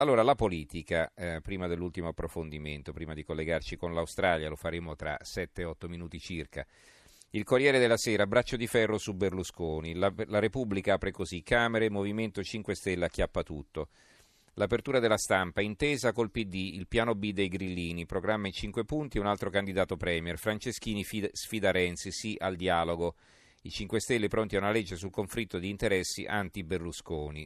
Allora, la politica, prima dell'ultimo approfondimento, prima di collegarci con l'Australia, lo faremo tra 7-8 minuti circa. Il Corriere della Sera, braccio di ferro su Berlusconi. La Repubblica apre così: Camere, Movimento 5 Stelle acchiappa tutto. L'apertura della Stampa, intesa col PD, il piano B dei grillini, programma in 5 punti e un altro candidato premier. Franceschini sfida Renzi, sì al dialogo. I 5 Stelle pronti a una legge sul conflitto di interessi anti-Berlusconi.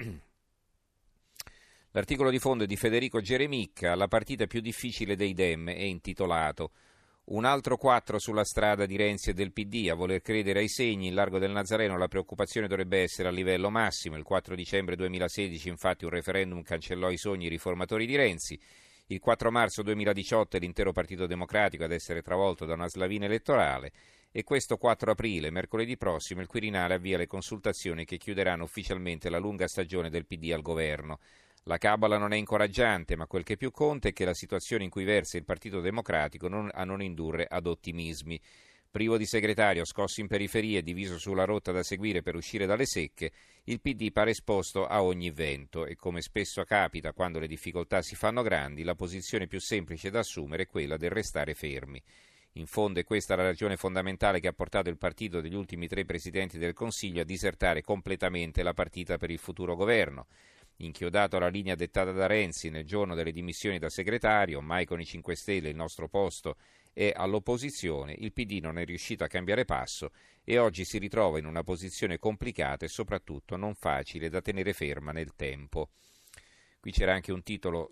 L'articolo di fondo è di Federico Geremicca, la partita più difficile dei Dem, è intitolato: un altro 4 sulla strada di Renzi e del PD, a voler credere ai segni, in Largo del Nazareno la preoccupazione dovrebbe essere a livello massimo. Il 4 dicembre 2016 infatti un referendum cancellò i sogni riformatori di Renzi. Il 4 marzo 2018 è l'intero Partito Democratico ad essere travolto da una slavina elettorale. E questo 4 aprile, mercoledì prossimo, il Quirinale avvia le consultazioni che chiuderanno ufficialmente la lunga stagione del PD al governo. La cabala non è incoraggiante, ma quel che più conta è che la situazione in cui versa il Partito Democratico a non indurre ad ottimismi. Privo di segretario, scosso in periferia e diviso sulla rotta da seguire per uscire dalle secche, il PD pare esposto a ogni vento e, come spesso capita quando le difficoltà si fanno grandi, la posizione più semplice da assumere è quella del restare fermi. In fondo è questa la ragione fondamentale che ha portato il partito degli ultimi 3 presidenti del Consiglio a disertare completamente la partita per il futuro governo. Inchiodato alla linea dettata da Renzi nel giorno delle dimissioni da segretario, mai con i 5 Stelle il nostro posto è all'opposizione, il PD non è riuscito a cambiare passo e oggi si ritrova in una posizione complicata e soprattutto non facile da tenere ferma nel tempo. Qui c'era anche un titolo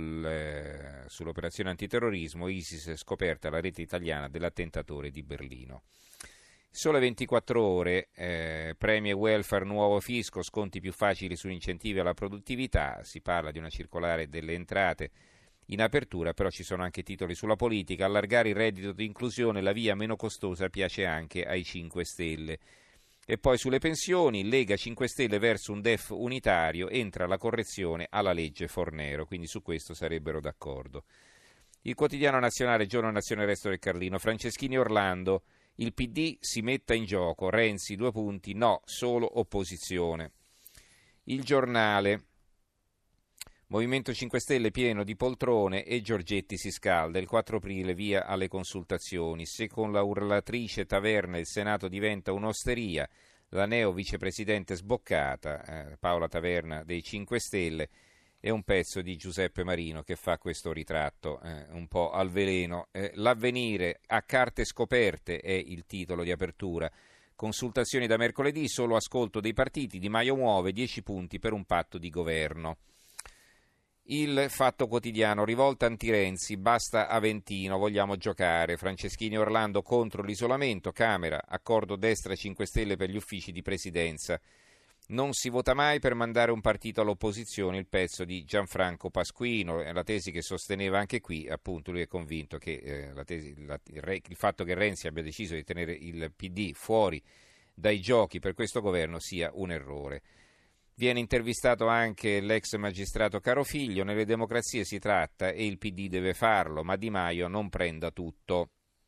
sull'operazione antiterrorismo: ISIS scoperta la rete italiana dell'attentatore di Berlino. Sole 24 ore, premi e welfare, nuovo fisco, sconti più facili su incentivi alla produttività, si parla di una circolare delle entrate in apertura, però ci sono anche titoli sulla politica: allargare il reddito di inclusione, la via meno costosa piace anche ai 5 Stelle. E poi sulle pensioni, Lega 5 Stelle verso un DEF unitario, entra la correzione alla legge Fornero, quindi su questo sarebbero d'accordo. Il Quotidiano Nazionale, Giorno Nazione, Resto del Carlino, Franceschini Orlando, il PD si metta in gioco, Renzi 2 punti, no, solo opposizione. Il Giornale, Movimento 5 Stelle pieno di poltrone e Giorgetti si scalda, il 4 aprile via alle consultazioni. Se con la urlatrice Taverna il Senato diventa un'osteria, la neo vicepresidente sboccata, Paola Taverna dei 5 Stelle, è un pezzo di Giuseppe Marino che fa questo ritratto un po' al veleno. L'avvenire a carte scoperte è il titolo di apertura. Consultazioni da mercoledì, solo ascolto dei partiti, Di Maio muove 10 punti per un patto di governo. Il Fatto Quotidiano, rivolta anti-Renzi, basta Aventino, vogliamo giocare. Franceschini Orlando contro l'isolamento, Camera, accordo destra 5 Stelle per gli uffici di presidenza. Non si vota mai per mandare un partito all'opposizione, il pezzo di Gianfranco Pasquino, la tesi che sosteneva anche qui, appunto lui è convinto che il fatto che Renzi abbia deciso di tenere il PD fuori dai giochi per questo governo sia un errore. Viene intervistato anche l'ex magistrato Carofiglio, nelle democrazie si tratta e il PD deve farlo, ma Di Maio non prenda tutto.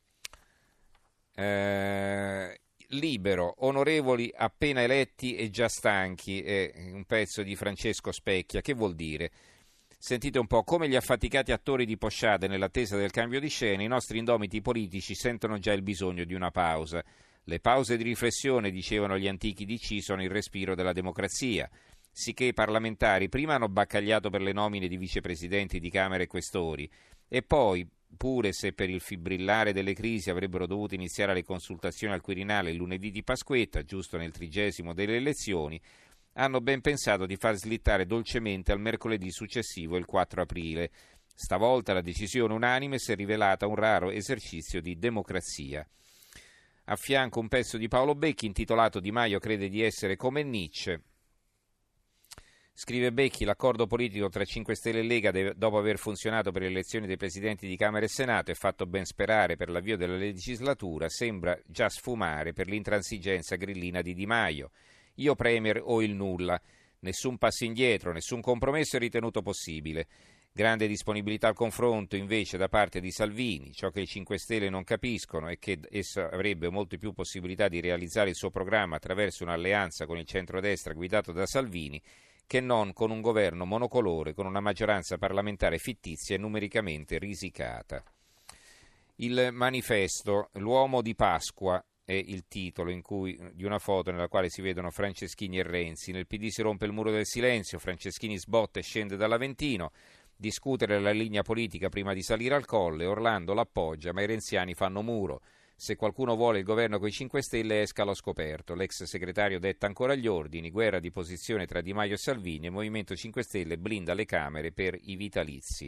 Libero, onorevoli appena eletti e già stanchi, è un pezzo di Francesco Specchia. Che vuol dire? Sentite un po': come gli affaticati attori di Posciade nell'attesa del cambio di scena, i nostri indomiti politici sentono già il bisogno di una pausa. Le pause di riflessione, dicevano gli antichi DC, sono il respiro della democrazia. Sicché i parlamentari prima hanno baccagliato per le nomine di vicepresidenti di Camera e Questori e poi, pure se per il fibrillare delle crisi avrebbero dovuto iniziare le consultazioni al Quirinale il lunedì di Pasquetta, giusto nel 30° delle elezioni, hanno ben pensato di far slittare dolcemente al mercoledì successivo, il 4 aprile. Stavolta la decisione unanime si è rivelata un raro esercizio di democrazia. A fianco un pezzo di Paolo Becchi intitolato Di Maio crede di essere come Nietzsche. Scrive Becchi: l'accordo politico tra 5 Stelle e Lega, dopo aver funzionato per le elezioni dei presidenti di Camera e Senato e fatto ben sperare per l'avvio della legislatura, sembra già sfumare per l'intransigenza grillina di Di Maio. Io premier o il nulla. Nessun passo indietro, nessun compromesso è ritenuto possibile. Grande disponibilità al confronto invece da parte di Salvini. Ciò che i 5 Stelle non capiscono è che esso avrebbe molte più possibilità di realizzare il suo programma attraverso un'alleanza con il centrodestra guidato da Salvini che non con un governo monocolore, con una maggioranza parlamentare fittizia e numericamente risicata. Il manifesto, l'uomo di Pasqua, è il titolo di una foto nella quale si vedono Franceschini e Renzi. Nel PD si rompe il muro del silenzio, Franceschini sbotta e scende dall'Aventino, discutere la linea politica prima di salire al colle, Orlando l'appoggia, ma i renziani fanno muro. Se qualcuno vuole il governo coi 5 Stelle esca allo scoperto. L'ex segretario detta ancora gli ordini, guerra di posizione tra Di Maio e Salvini e Movimento 5 Stelle blinda le Camere per i vitalizi.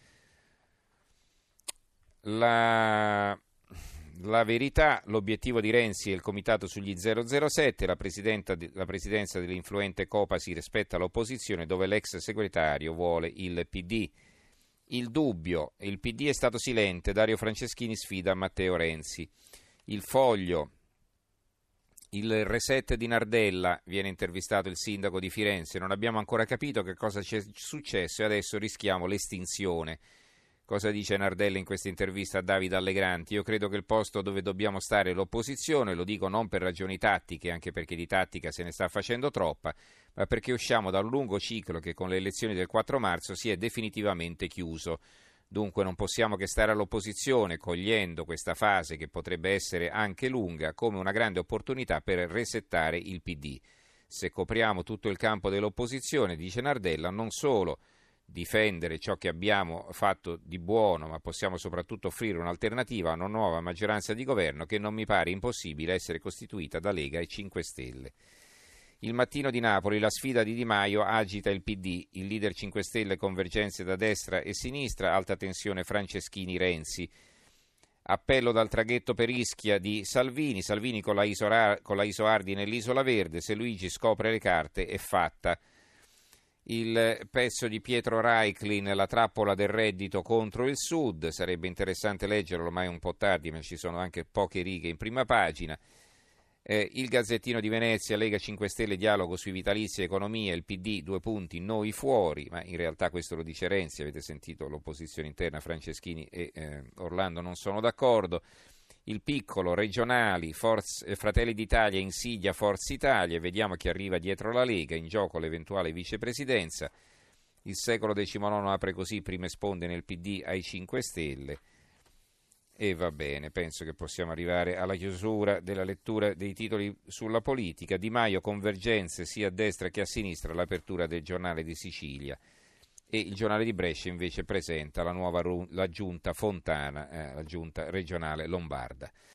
La Verità, l'obiettivo di Renzi è il comitato sugli 007, la presidenza dell'influente Copasir spetta l'opposizione dove l'ex segretario vuole il PD. Il Dubbio, il PD è stato silente, Dario Franceschini sfida Matteo Renzi. Il Foglio, il reset di Nardella, viene intervistato il sindaco di Firenze, non abbiamo ancora capito che cosa c'è successo e adesso rischiamo l'estinzione. Cosa dice Nardella in questa intervista a Davide Allegranti? Io credo che il posto dove dobbiamo stare è l'opposizione, lo dico non per ragioni tattiche, anche perché di tattica se ne sta facendo troppa, ma perché usciamo da un lungo ciclo che con le elezioni del 4 marzo si è definitivamente chiuso. Dunque non possiamo che stare all'opposizione, cogliendo questa fase che potrebbe essere anche lunga come una grande opportunità per resettare il PD. Se copriamo tutto il campo dell'opposizione, dice Nardella, non solo difendere ciò che abbiamo fatto di buono, ma possiamo soprattutto offrire un'alternativa a una nuova maggioranza di governo che non mi pare impossibile essere costituita da Lega e 5 Stelle. Il Mattino di Napoli, la sfida di Di Maio agita il PD, il leader 5 Stelle convergenze da destra e sinistra, alta tensione Franceschini-Renzi. Appello dal traghetto per Ischia di Salvini con la Isoardi nell'Isola Verde, se Luigi scopre le carte è fatta. Il pezzo di Pietro Reiklin, la trappola del reddito contro il Sud, sarebbe interessante leggerlo, ormai è un po' tardi, ma ci sono anche poche righe in prima pagina. Il Gazzettino di Venezia, Lega 5 Stelle, dialogo sui vitalizi e economia, il PD, 2 punti, noi fuori, ma in realtà questo lo dice Renzi, avete sentito l'opposizione interna, Franceschini e Orlando non sono d'accordo. Il Piccolo, regionali, Fratelli d'Italia insidia Forza Italia, vediamo chi arriva dietro la Lega, in gioco l'eventuale vicepresidenza. Il Secolo XIX apre così prime sponde nel PD ai 5 Stelle. E va bene, penso che possiamo arrivare alla chiusura della lettura dei titoli sulla politica. Di Maio, convergenze sia a destra che a sinistra, l'apertura del Giornale di Sicilia. E il Giornale di Brescia invece presenta la giunta Fontana, la giunta regionale lombarda.